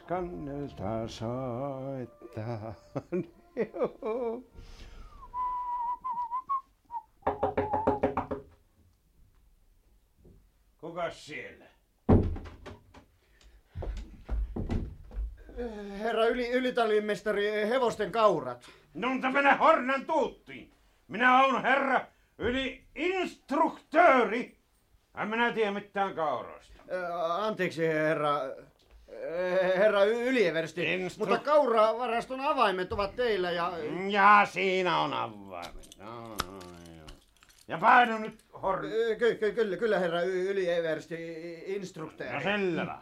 kannelta soittaa. Kukas siellä? Herra ylitallimestari, hevosten kaurat. No mutta mennä hornan tuuttiin. Minä olen herra yli-instruktööri. En minä tiedä mitään kauroista. Anteeksi, herra ylieversti, mutta kauravaraston avaimet ovat teillä ja... Ja siinä on avaimet. No, joo. Ja painu nyt hornan. Kyllä, herra ylieversti, instruktööri. No selvä.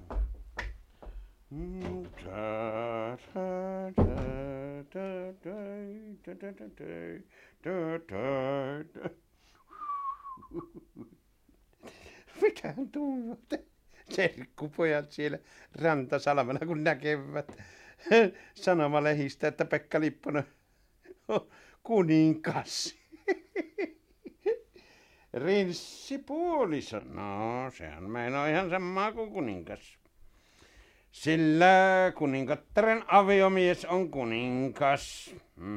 Mitähän tuumatte? Serkkupojat siellä Rantasalmella, kun näkevät sanomalehistä, että Pekka Lipponen on kuningas. Rinssipuoliso. No, sehän meinaa ihan samaa kuin kuningas. Sillä kuningattaren aviomies on kuningas.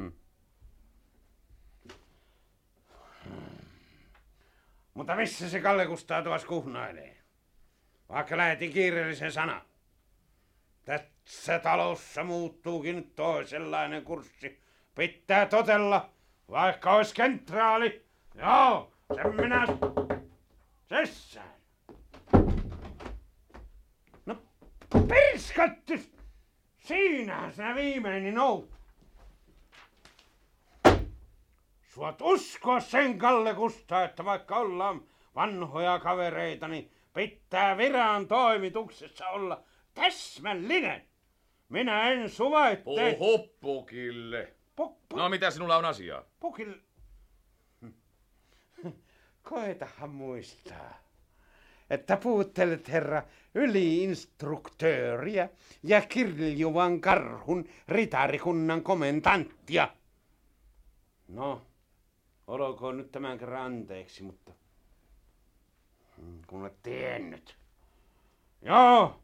Mutta missä se Kalle Kustaa tuossa kuhnailee? Vaikka lähetin kiireellisen sanan. Tässä talossa muuttuukin nyt toisenlainen kurssi. Pitää totella, vaikka olisi kentraali. Joo, sen minä sessään. No, perskattis! Siinähän sinä viimeinen oot. Suot uskoa sen, Kalle Kustaa, että vaikka ollaan vanhoja kavereita, niin pitää viran toimituksessa olla täsmällinen. Minä en suvaitte... Puhu Pukille. No mitä sinulla on asiaa? Pukille... Koetahan muistaa, että puhuttelet herra yliinstruktööriä ja kirjuvan karhun ritarikunnan komentanttia. No, olkoon nyt tämän kerran anteeksi, mutta kun olet tiennyt. Joo,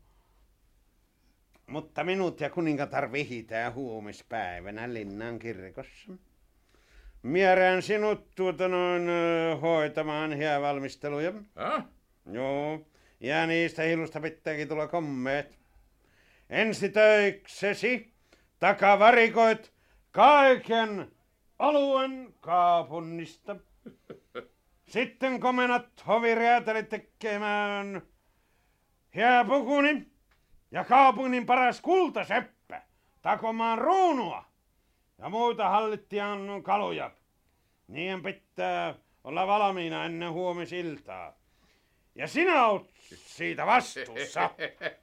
mutta minut ja kuningatar vihitään huomispäivänä Linnan kirkossa. Mierään sinut hoitamaan häävalmisteluja. Joo, ja niistä hilusta pitääkin tulla kommeet. Ensitöiksesi takavarikoit kaiken alueen kaupungista. Sitten komennat hoviräätälit tekemään hääpukuni ja kaupungin paras kultaseppä takomaan ruunua ja muita hallittijan kaluja. Niiden pitää olla valmiina ennen huomisiltaa. Ja sinä oot siitä vastuussa.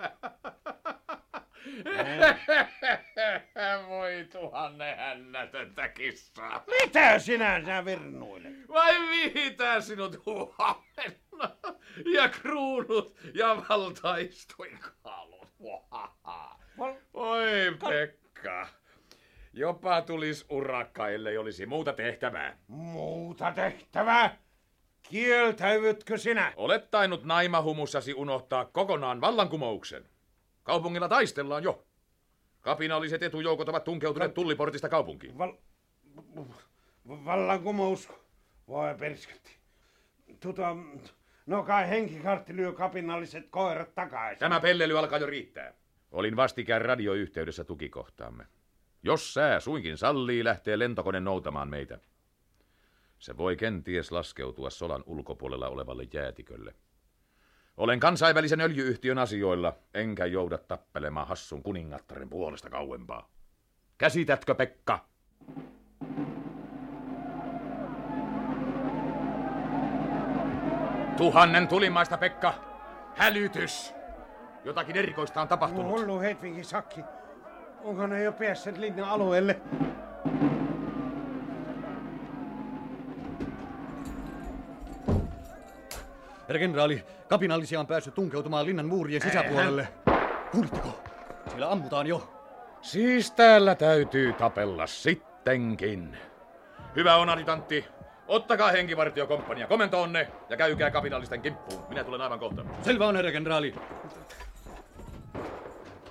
Voi tuhannen hännätöntä kissaa. Mitä sinä virnuilet? Vai vihitään sinut huomenna? Ja kruunut ja valtaistuinkalut. Oi Pekka. Jopa tulis urakka, ellei olisi muuta tehtävää. Muuta tehtävää? Kieltäyvytkö sinä? Olet tainnut naimahumussasi unohtaa kokonaan vallankumouksen. Kaupungilla taistellaan jo. Kapinalliset etujoukot ovat tunkeutuneet tulliportista kaupunkiin. Vallankumous? Voi perskatti. No kai henkikartti lyö kapinalliset koirat takaisin. Tämä pellely alkaa jo riittää. Olin vastikään radioyhteydessä tukikohtaamme. Jos sää suinkin sallii, lähtee lentokone noutamaan meitä. Se voi kenties laskeutua solan ulkopuolella olevalle jäätikölle. Olen kansainvälisen öljyyhtiön asioilla, enkä jouda tappelemaan hassun kuningattaren puolesta kauempaa. Käsitätkö, Pekka? Tuhannen tulimaista, Pekka! Hälytys! Jotakin erikoista on tapahtunut. Hullu Hedvigin sakki. Onko ne jo päässeet linnan alueelle? Herra kenraali, kapinallisia on päässyt tunkeutumaan linnan muurien sisäpuolelle. Kuulitteko? Siellä ammutaan jo. Siis täällä täytyy tapella sittenkin. Hyvä on, adjutantti. Ottakaa henkivartiokomppania komentoonne ja käykää kapinallisten kimppuun. Minä tulen aivan kohta. Selvä on, herra kenraali.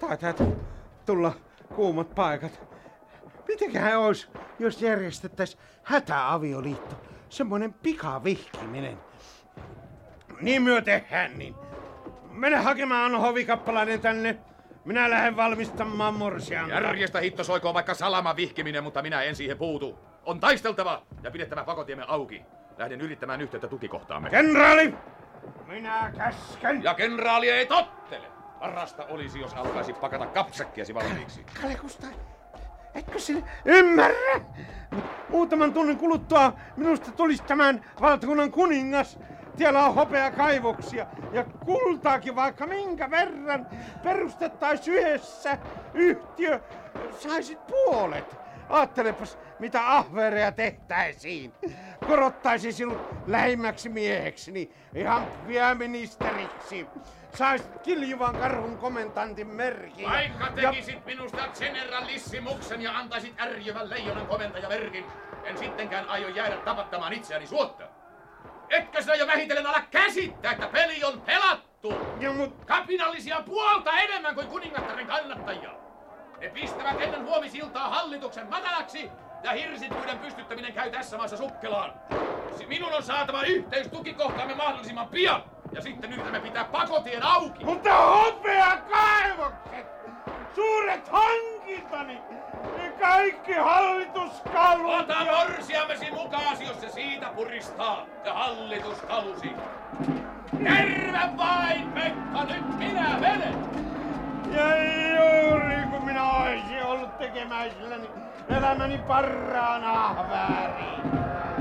Taitaa tulla kuumat paikat. Mitenköhän olisi, jos järjestettäisiin hätäavioliitto? Semmoinen pikavihkiminen. Niin myö tehdään niin. Mene hakemaan hovikappalainen tänne. Minä lähden valmistamaan morsianta. Järjestä hitto soikoon vaikka salaman vihkiminen, mutta minä en siihen puutu. On taisteltava ja pidettävä pakotiemme auki. Lähden yrittämään yhteyttä tukikohtaamme. Kenraali! Minä käsken! Ja kenraali ei tottele! Parasta olisi, jos alkaisi pakata kapsakkiasi valmiiksi. Kalle Kustai, etkö sinä ymmärrä? Muutaman tunnin kuluttua minusta tulisi tämän valtakunnan kuningas. Siellä on hopeakaivoksia ja kultaakin vaikka minkä verran. Perustettaisiin yhdessä yhtiö, saisit puolet. Aattelepas, mitä ahvereja tehtäisiin. Korottaisin sinut lähimmäksi miehekseni, ihan pääministeriksi. Saisit kiljuvan karhun komentantin merkin. Vaikka tekisit minusta generalissimuksen ja antaisit ärjyvän leijonan komentajamerkin, en sittenkään aio jäädä tapattamaan itseäni suotta. Etkö sinä jo vähitellen ala käsittää, että peli on pelattu? Kapinallisia puolta enemmän kuin kuningattaren kannattajia. Ne pistävät ennen huomisiltaa hallituksen matalaksi ja hirsitpuiden pystyttäminen käy tässä maassa sukkelaan. Minun on saatava yhteys tukikohtaamme mahdollisimman pian ja sitten yritämme pitää pakotien auki. Mutta hopeakaivokset, suuret hankintani, kaikki hallituskalut. Ota morsiamesi mukaasi, jos se siitä puristaa ja hallituskalusi. Terve vain, Pekka, nyt minä menen! Ja juuri kun minä olisin ollut tekemäisilläni elämäni parhaan ahvääriin.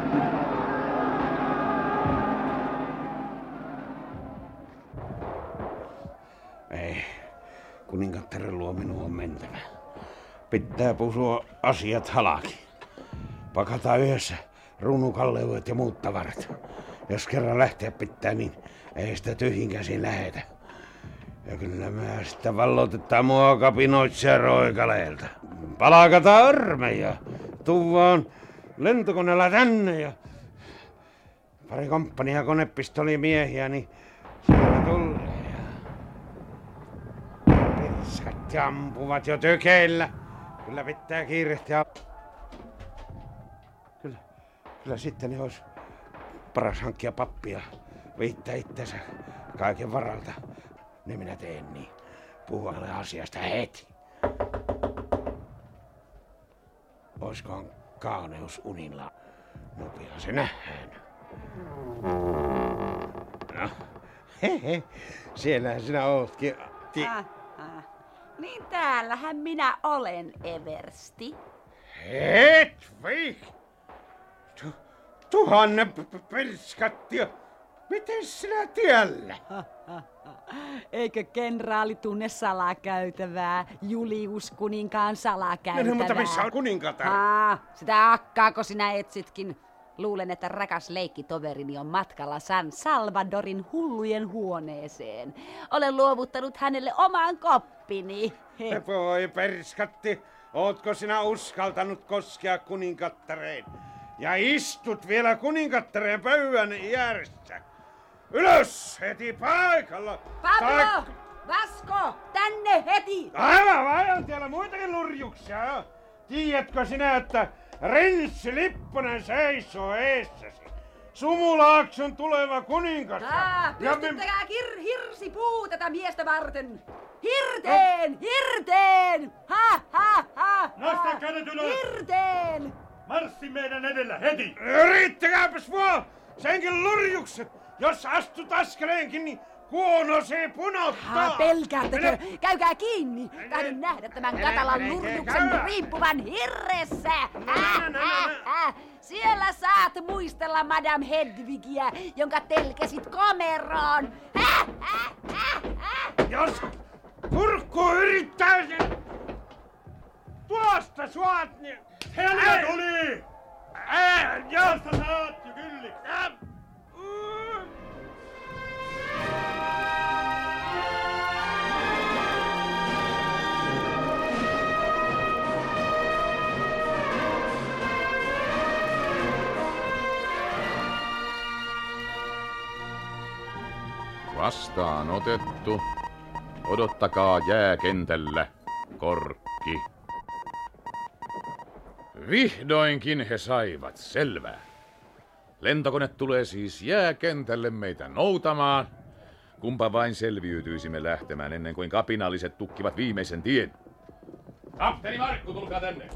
Ei, kuningattaren luo minun on mentävä. Pitää pusua asiat halaki. Pakataan yhdessä ruunukalleudet ja muut tavarat. Jos kerran lähteä pitää, niin ei sitä tyhjin käsin lähetä. Ja kyllä mä sitten vallotetaan mua kapinoitsija Roikaleelta. Palakataan armeija. Tuu vaan lentokoneella tänne ja pari komppania konepistolimiehiä, niin siellä tulee. Pirskat ampuvat jo tökeillä. Kyllä pitää kiirehtiä. Kyllä sitten olisi paras hankkia pappia, viittää itsensä kaiken varalta. Niin minä teen niin. Puhualle asiasta heti. Oiskohan kauneus unilla? No pian se nähdään. No, hehe. Siellähän sinä ootkin. Niin täällähän minä olen, Eversti. Hedvig! Tuhanne perskattia. Miten sinä tiellä? Eikö kenraali tunne salakäytävää? Julius kuninkaan salakäytävää. No, mutta missä on kuningatar? Sitä akkaako sinä etsitkin? Luulen, että rakas leikkitoverini on matkalla San Salvadorin hullujen huoneeseen. Olen luovuttanut hänelle oman koppini. Voi perskatti, ootko sinä uskaltanut koskea kuningattareen? Ja istut vielä kuningattareen pöydän ääressä. Ylös heti paikalla! Pablo! Vasko! Tänne heti! Aivan vai on siellä muitakin lurjuksia? Tiedätkö sinä, että Rinssi Lipponen seisoo eessäsi? Sumulaakson tuleva kuningas. Pystyttäkää hirsipuu tätä miestä varten! Hirteen! Hirteen! Ha ha ha! Nostaa kädet ylös! Hirteen! Marssi meidän edellä heti! Yrittäkääpäs vaan! Senkin lurjukset! Jos astut askeleenkin, niin huonosee punottaa! Pelkäättekö? Käykää kiinni! Tahdon nähdä tämän katalan lurjuksen riippuvan hirressä! Siellä saat muistella Madame Hedvigiä, jonka telkesit komeroon! Jos kurkku yrittäisin tuosta suat, niin... Helma tuli! Josta saat jo kylliksi! Vastaan otettu. Odottakaa jääkentällä, Korkki. Vihdoinkin he saivat selvää. Lentokone tulee siis jääkentälle meitä noutamaan. Kumpa vain selviytyisimme lähtemään ennen kuin kapinalliset tukkivat viimeisen tien. Kapteeni Markku, tulkaa tänne.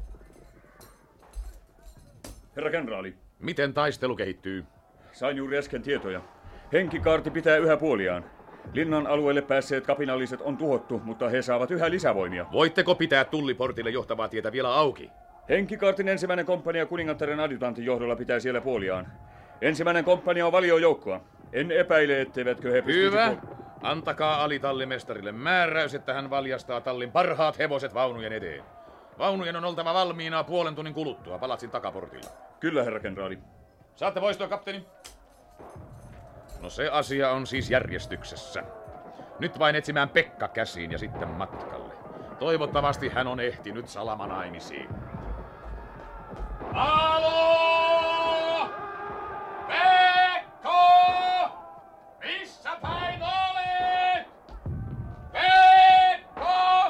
Herra kenraali, Miten taistelu kehittyy? sain juuri äsken tietoja. Henkikaarti pitää yhä puoliaan. Linnan alueelle päässeet kapinalliset on tuhottu, mutta he saavat yhä lisävoimia. Voitteko pitää tulliportille johtavaa tietä vielä auki? Henkikaartin ensimmäinen komppania kuningattaren adjutantin johdolla pitää siellä puoliaan. Ensimmäinen komppania on valiojoukkoa. En epäile, etteivätkö he pystyisi... Hyvä. Antakaa alitallimestarille määräys, että hän valjastaa tallin parhaat hevoset vaunujen eteen. Vaunujen on oltava valmiina puolen tunnin kuluttua palatsin takaportilla. Kyllä, herra kenraali. Saatte poistua, kapteeni. No se asia on siis järjestyksessä. Nyt vain etsimään Pekka käsiin ja sitten matkalle. Toivottavasti hän on ehtinyt salamanaimisiin. Halo! Pekko! Missä päin olet? Pekko!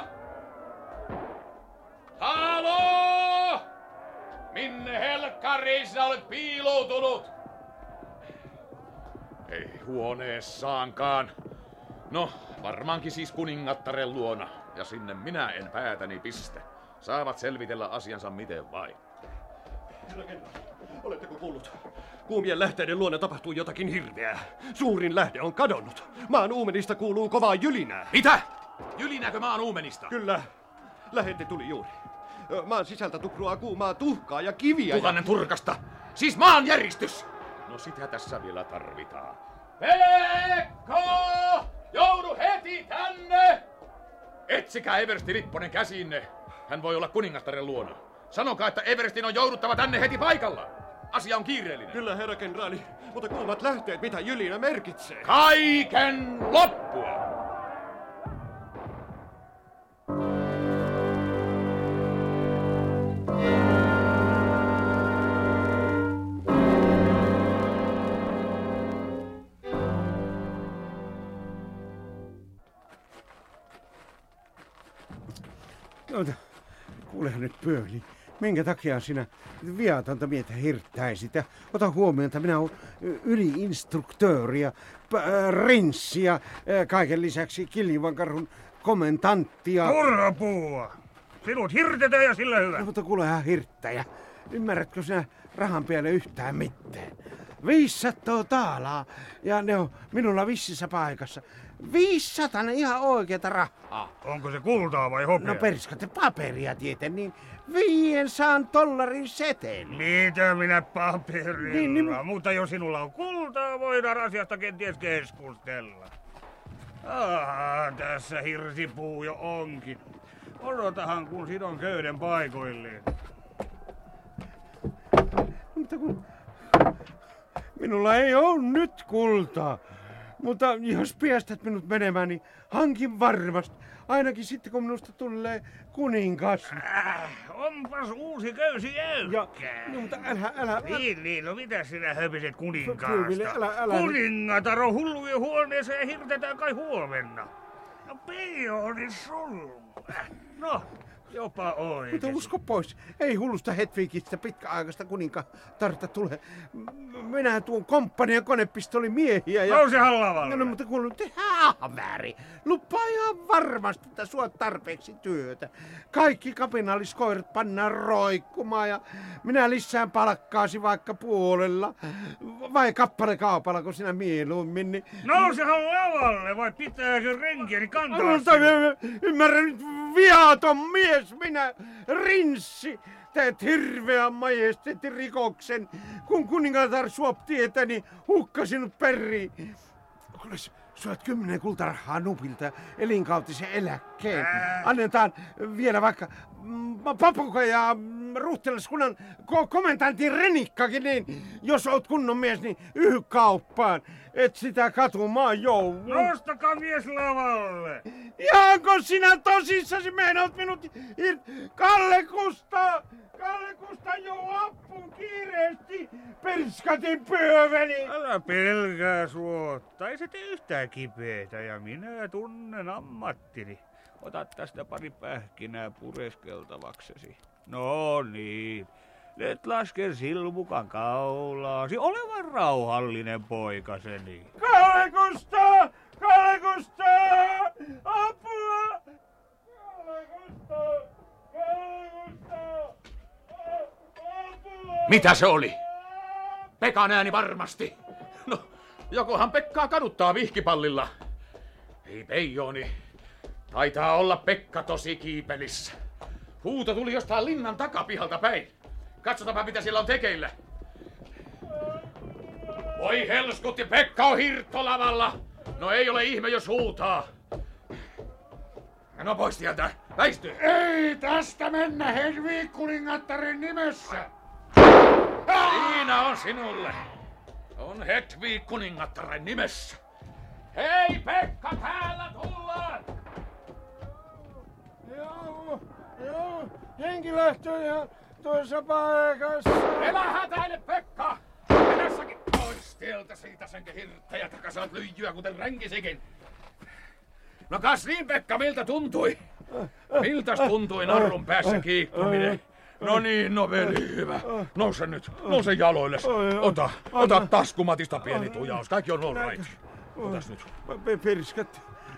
Halo! Minne helkkariin sinä olet piiloutunut? Ei huoneessaankaan. No, varmaankin siis kuningattaren luona. Ja sinne minä en päätäni pistä. Saavat selvitellä asiansa miten vain. Herra kenraali, oletteko kuullut? Kuumien lähteiden luona tapahtuu jotakin hirveää. Suurin lähde on kadonnut. Maan uumenista kuuluu kovaa jylinää. Mitä? Jylinääkö maan uumenista? Kyllä. Lähette tuli juuri. Maan sisältä tupruaa kuumaa tuhkaa ja kiviä. Tuhannen turkasta! Siis maanjäristys! No sitä tässä vielä tarvitaan. Pekko! Joudu heti tänne! Etsikää Eversti Lipponen käsinne. Hän voi olla kuningattaren luona. Sanokaa, että Everstin on jouduttava tänne heti paikalla. Asia on kiireellinen. Kyllä, herra kenraali. Mutta kuumat lähteet, mitä jylinä merkitsee? Kaiken loppua! Kuulehan nyt Pööli, minkä takia sinä viatonta miestä hirttäisit? Ja ota huomioon, että minä olen yliinstruktööri ja rinssi ja kaiken lisäksi Kiljuvan karhun komentantti ja... Turha puhua! Sinut hirtetään ja sillä hyvä. No, mutta kuulehan hirttäjä. Ymmärrätkö sinä rahan päälle yhtään mitään? 500 taalaa ja ne on minulla vississä paikassa. 500 ihan oikeata rahaa. Onko se kultaa vai hopea? No perskate paperia tieten, niin 500 dollarin seteli. Mitä minä paperilla? Niin. Mutta jos sinulla on kultaa, voidaan asiasta kenties keskustella. Tässä hirsipuu jo onkin. Odotahan, kun sidon köyden paikoilleen. Mutta kun minulla ei ole nyt kultaa. Mutta jos päästät minut menemään, niin hankin varmasti. Ainakin sitten, kun minusta tulee kuningas. Onpas uusi köysi jäykkää. No, mutta älä. Niin, no mitä sinä höpiset kuninkaasta? Pylville, älä. Kuningatar on hullujen huoneeseen ja hirtetään kai huomenna. No pioni sullu. No, jopa oikein. Mutta usko pois. Ei hullusta Hedvigistä pitkäaikaista kuningatarta tule. Minä tuon komppanian konepistoli miehiä ja... Nousehan lavalle. No, mutta kuuluu, väärin. Lupaa ihan varmasti, että suot tarpeeksi työtä. Kaikki kapinalliskoirat pannaan roikkumaan ja minä lisään palkkaasi vaikka puolella. Vai kappalekaupalla, kun sinä mieluummin, niin... Nousehan lavalle, vai pitääkö renkiäni kantaa? Ymmärrän nyt, viaton mies, minä, rinssi. Teet hirveän majesteettirikoksen. Kun kuningatar suop tietä, niin hukka sinut perriin. Kuules, syöt 10 kultarahaa nupilta elinkautisen eläkkeen. Annetaan vielä vaikka papuka ja ruhtelaskunnan komentantin renikkakin, niin jos oot kunnon mies, niin yhy kauppaan. Et sitä katumaan joudu. Nostakaa mies lavalle. Jaanko sinä tosissasi meinaat minut Kalle Kustaa? Kalle Kusta joo appuun kiireesti! Perskatin pyöveli! Älä pelkää suotta, ei se tee yhtään kipeätä ja minä tunnen ammattini. Ota tästä pari pähkinää pureskeltavaksesi. No niin, nyt lasken silmukan kaulaasi. Ole vaan rauhallinen poikaseni. Kalle Kusta! Kalle Kusta! Apua! Kalle Kusta! Kalle Kusta! Apua! Mitä se oli? Pekan ääni varmasti. No, jokohan Pekkaa kaduttaa vihkipallilla. Ei peijoni. Taitaa olla Pekka tosi kiipelissä. Huuto tuli jostain linnan takapihalta päin. Katsotaanpa mitä siellä on tekeillä. Voi helskutti, Pekka on hirttolavalla. No ei ole ihme jos huutaa. No pois sieltä, väisty. Ei tästä mennä Hedvig-kuningattaren nimessä. Siinä on sinulle. On Hedvig-kuningattaren nimessä. Hei Pekka, täällä tullaan! Joo, henkilöhtö ihan tuossa paikassa. Elä hätäile, Pekka! Edessäkin pois tieltä siitä senkä hirttäjä, taka saat lyijyä kuten ränkisikin. No kas niin, Pekka, miltä tuntui? Miltäs tuntui narrun päässä kiikkuminen? No niin, no veli hyvä. Nouse nyt, nouse jaloilles. Ota taskumatista pieni tujaus, kaikki on all right. Otas nyt. Perskat.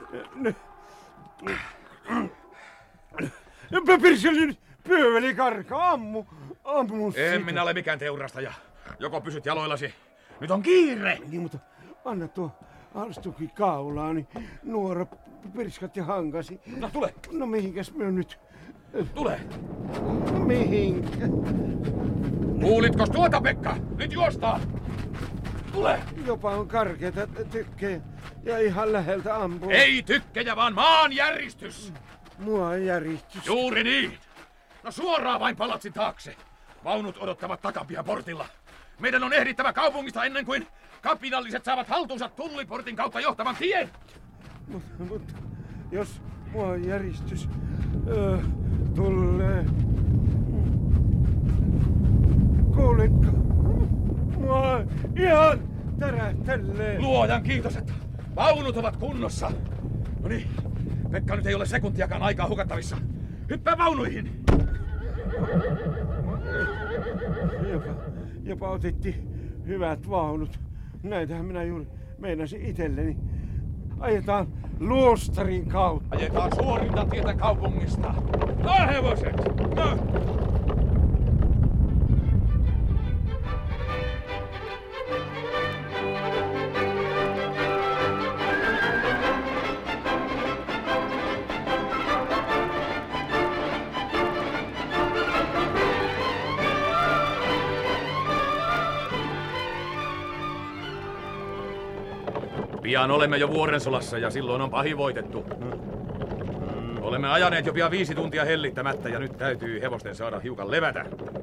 Perskat, pyöveli karkaa, ammu sitä. En minä ole mikään teurastaja. Joko pysyt jaloillasi. Nyt on kiire! Niin, mutta anna tuo halstuki kaulaani. Nuora perskat ja hankasi. No tule! No mihinkäs me nyt? Tule! Mihinkä? Kuulitkos tuota, Pekka? Nyt juostaan! Tule! Jopa on karkeata tykkejä ja ihan läheltä ampuu. Ei tykkejä, vaan maanjäristys! Mua järjestys. Juuri niin! No suoraan vain palatsin taakse. Vaunut odottavat takapihan portilla. Meidän on ehdittävä kaupungista ennen kuin kapinalliset saavat haltuunsa tulliportin kautta johtavan tien. Mutta jos mua järjestys tulee... Kuulitko? Mua ihan tärähtelee. Luojan kiitos, että vaunut ovat kunnossa. No niin, Pekka nyt ei ole sekuntiakaan aikaa hukattavissa. Hyppää vaunuihin! Jopa otettiin hyvät vaunut. Näitähän minä juuri meinasin itselleni. Ajetaan luostarin kautta. Ajetaan suorinta tietä kaupungista. No hevoset! No! Pian olemme jo Vuorensolassa ja silloin on pahin voitettu. Olemme ajaneet jo pian 5 tuntia hellittämättä ja nyt täytyy hevosten saada hiukan levätä.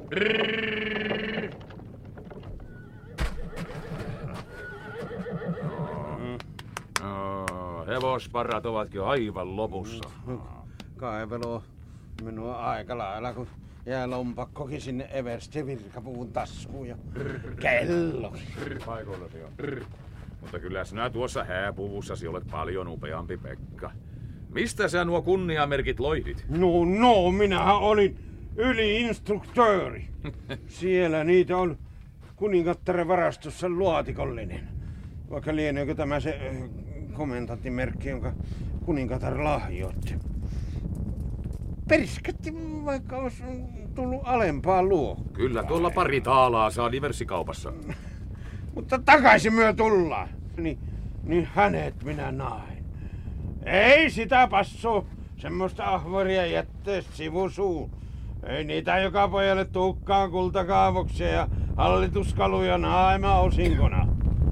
Hevosparrat ovatkin jo aivan lopussa. Kaivelu minua aika lailla, kun jää lompakkokin sinne eversti virkapuvun taskuun ja kello. Paikoillasi on. Mutta kyllä sinä tuossa hääpuvussasi olet paljon upeampi, Pekka. Mistä sä nuo kunniamerkit loihdit? No, minähän olin yli-instruktööri. Siellä niitä on kuningattaren varastossa luotikollinen. Vaikka lieneekö tämä se komendanttimerkki, jonka kuningatar lahjoitti. Perskatti, vaikka olisi tullut alempaa luokkaa. Kyllä, tuolla pari taalaa saa diversikaupassa. Mutta takaisin myö tullaan. Niin hänet minä nain. Ei sitä passu semmoista ahvaria jättää sivusuun. Ei niitä joka pojalle tuukkaan kultakaavoksia ja hallituskaluja naima osinkona.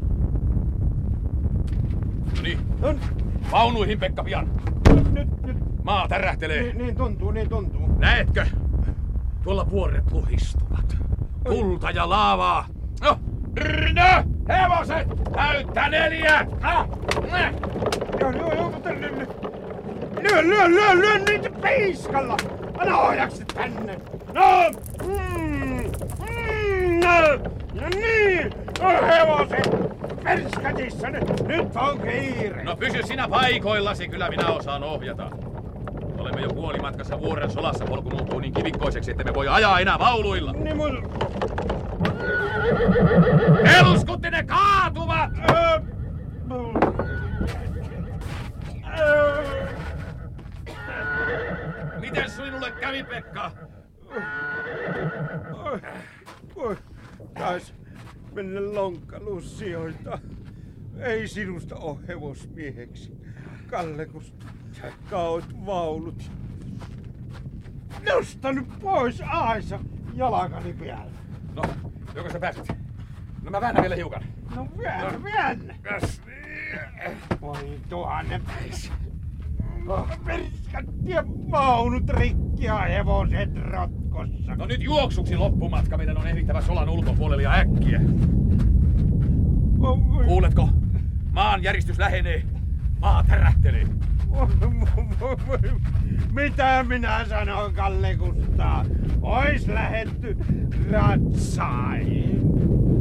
No niin, vaunuihin Pekka pian. Nyt. Maa tärähtelee. Niin tuntuu. Näetkö? Tuolla vuoret luhistuvat. Tulta ja laavaa. No, hevoset! Täyttä 4! Joo, mutta lyö niitä peiskalla! Anna ohjakset tänne! No niin, hevoset perskatissa, nyt on kiire. No pysy sinä paikoillasi, kyllä minä osaan ohjata. Olemme jo puolimatkassa vuoren solassa, polku muuttuu niin kivikkoiseksi, että me voi ajaa enää vauluilla. Niin mun... Helskutti, ne kaatuvat! Miten sinulle kävi, Pekka? Taas mennä lonkkalussijoilta. Ei sinusta oo hevosmieheksi. Kalle, kun kaot vaulut. Nosta nyt pois Aisa jalkani päällä. No, joko sä pääset? No mä väännän vielä hiukan. No väännä. Voi tuhannen päis. Perskattia vaunut rikki ja hevoset rotkossa. No nyt juoksuksi loppumatka. Meidän on ehdittävä solan ulkopuolelle ja äkkiä. Kuuletko? Maanjäristys lähenee. Maa tärähtelee. Mitä minä sanon, Kalle Kustaa? Ois lähetty ratsaihin.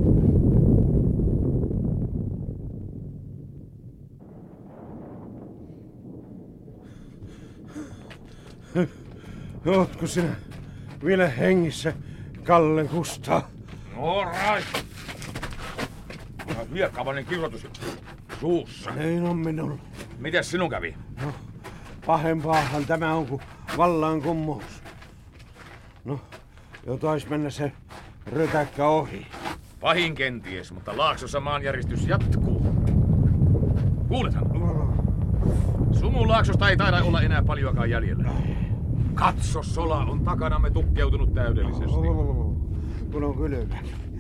Ootko sinä vielä hengissä, Kalle Kustaa? No right. Hiekkavainen kirjoitus suussa. Niin on minulla. Mites sinun kävi? No, pahempaahan tämä on kuin vallankumous. No, jo taisi mennä se rötäkkä ohi. Pahin kenties, mutta Laaksossa maanjäristys jatkuu. Kuulethan? Sumun Laaksosta ei taida olla enää paljoakaan jäljellä. Katso, sola on takanamme tukkeutunut täydellisesti. Kun on kylmä.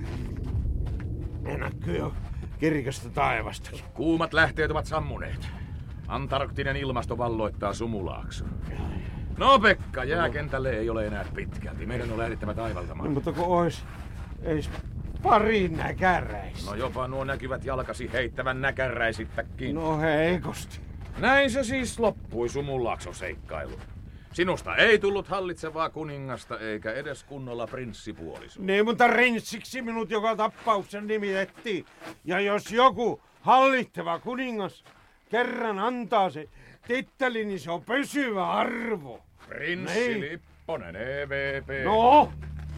Ne näkyy jo kirkasta taivasta. Kuumat lähteet ovat sammuneet. Antarktinen ilmasto valloittaa Sumulaakson. No Pekka, jääkentälle ei ole enää pitkälti. Meidän on lähdettävä taivaltamaan. No, mutta kun eis pari näkäräistä. No jopa nuo näkyvät jalkasi heittävän näkäräisittäkin. No heikosti. Näin se siis loppui Sumulaakson seikkailu. Sinusta ei tullut hallitsevaa kuningasta eikä edes kunnolla prinssipuolisoa. Niin, mutta rinssiksi minut joka tapauksessa nimitettiin. Ja jos joku hallitseva kuningas kerran antaa se titteli, niin se on pysyvä arvo. Prinssi niin. Lipponen, EVP. No!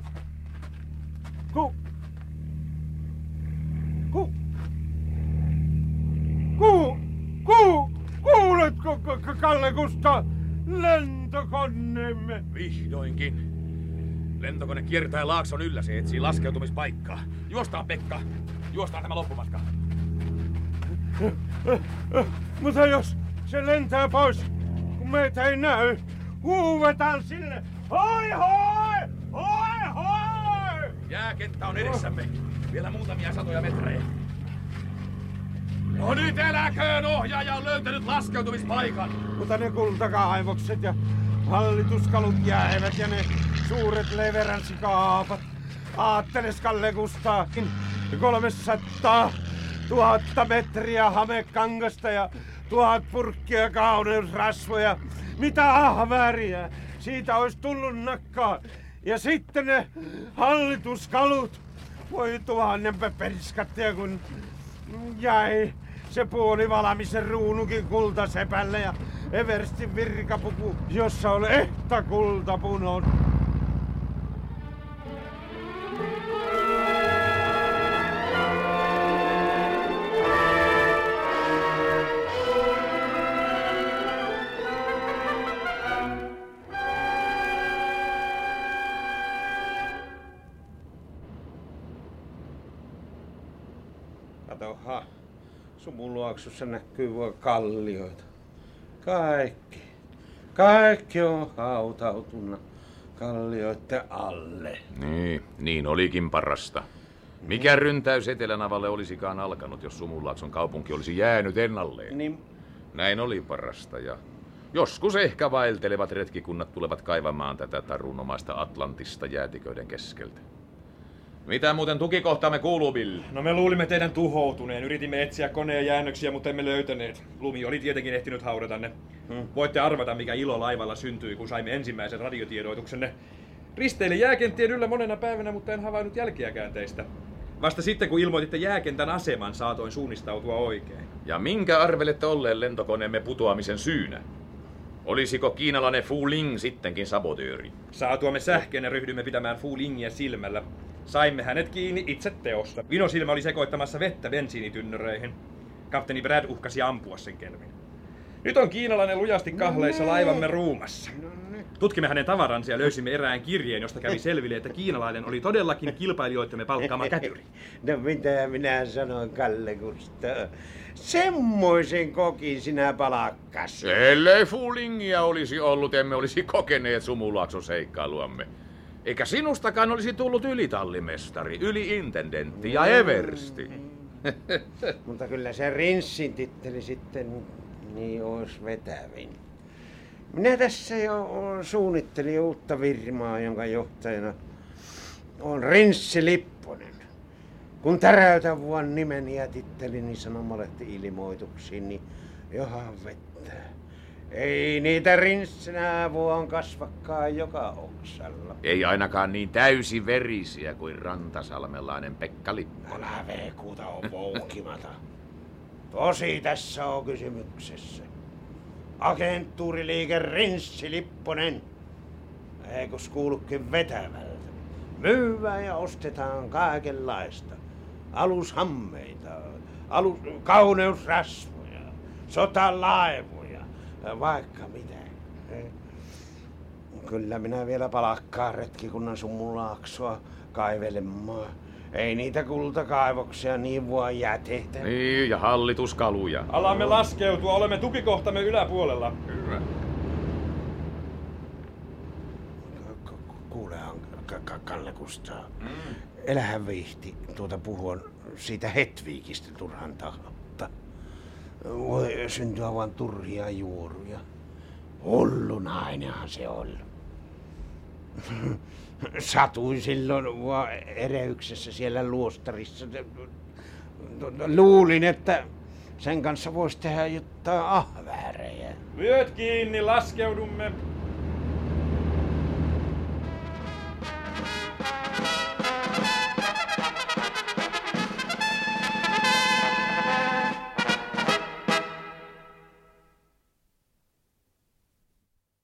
Kuuletko, Kalle Kustaa? Lentokoneemme. Vihdoinkin. Lentokone kiertää Laakson yllä, se etsii laskeutumispaikkaa. Juostaan, Pekka. Juostaan tämä loppumatka. Mutta jos se lentää pois, kun meitä ei näy, huuvetaan sille. Hoi hoi! Hoi hoi! Jääkenttä on edessämme. Vielä muutamia satoja metrejä. No nyt eläköön, ohjaaja on löytänyt laskeutumispaikan. Mutta ne kultakaivokset ja hallituskalut jäävät ja ne suuret leveranssikaafat. Aatteles Kalle Kustaakin 300 000 metriä hamekangasta ja 1000 purkkia kauneusrasvoja. Mitä ahväriä siitä olisi tullut nakkaa. Ja sitten ne hallituskalut. Voi tuhannenpä perskattia kun jäi se puolivalamisen ruunukin kultasepälle ja everstin virkapuku, jossa on ehta kultapunon. Katohan, Sumuluaksossa näkyy vaan kallioita. Kaikki on hautautunut kallioiden alle. Niin olikin parasta. Mikä ryntäys Etelänavalle olisikaan alkanut, jos Sumulaakson kaupunki olisi jäänyt ennalleen? Niin. Näin oli parasta ja joskus ehkä vaeltelevat retkikunnat tulevat kaivamaan tätä tarunomaista Atlantista jäätiköiden keskeltä. Mitä muuten tukikohtaamme kuuluu, Bill? No me luulimme teidän tuhoutuneen. Yritimme etsiä koneen jäännöksiä, mutta emme löytäneet. Lumi oli tietenkin ehtinyt haudata ne. Voitte arvata, mikä ilo laivalla syntyi, kun saimme ensimmäisen radiotiedoituksenne. Risteilin jääkenttien yllä monena päivänä, mutta en havainnut jälkiäkään teistä. Vasta sitten, kun ilmoititte jääkentän aseman, saatoin suunnistautua oikein. Ja minkä arvelette olleen lentokoneemme putoamisen syynä? Olisiko kiinalainen Fu Ling sittenkin sabotööri? Saatuamme sähkeen ja ryhdyimme pitämään Fu Lingiä silmällä. Saimme hänet kiinni itse teosta. Vinosilmä oli sekoittamassa vettä bensiinitynnöreihin. Kapteeni Brad uhkasi ampua sen kelmin. Nyt on kiinalainen lujasti kahleissa laivamme ruumassa. Tutkimme hänen tavaransa ja löysimme erään kirjeen, josta kävi selville, että kiinalainen oli todellakin kilpailijoittemme palkkaama kätyri. No mitä minä sanoin, Kalle Kustaa? Semmoisen kokin sinä palakkas. Ellei Fu Lingia olisi ollut, emme olisi kokeneet Sumulaakson seikkailuamme. Eikä sinustakaan olisi tullut ylitallimestari, yliintendentti ja eversti. Mutta kyllä se rinssin titteli sitten niin olisi vetävin. Minä tässä jo suunnittelin uutta firmaa, jonka johtajana on Rinssi Lipponen. Kun täräytän vuon nimeni ja tittelini sanomalehti-ilmoituksiin, niin johan vettä. Ei niitä rinssinä vuon kasvakkaan joka oksalla. Ei ainakaan niin täysi verisiä kuin rantasalmelainen Pekka Lipponen. Älä veekuuta on voukkimata. Tosi tässä on kysymyksessä. Agenttuuriliike Rinssi Lipponen. Eikös kuulukin vetävältä. Myyvään ja ostetaan kaikenlaista. Alushammeita, kauneusrasvoja, sotalaivoja, vaikka mitä. Kyllä minä vielä palakkaan retkikunnan Sumulaaksoa kaivelemaan. Ei niitä kultakaivoksia niin voi jätetä. Niin, ja hallituskaluja. Alamme laskeutua, olemme tukikohtamme yläpuolella. Hyvä. Kuulehan, Kalle Kustaa. Elähän viihti puhua siitä Hetviikistä turhan taholta. Voi syntyä vaan turhia juoruja. Hullu nainenhan se oli. Satuin silloin vaan ereyksessä siellä luostarissa. Luulin, että sen kanssa voisi tehdä jotain ahväärejä. Vyöt kiinni, laskeudumme.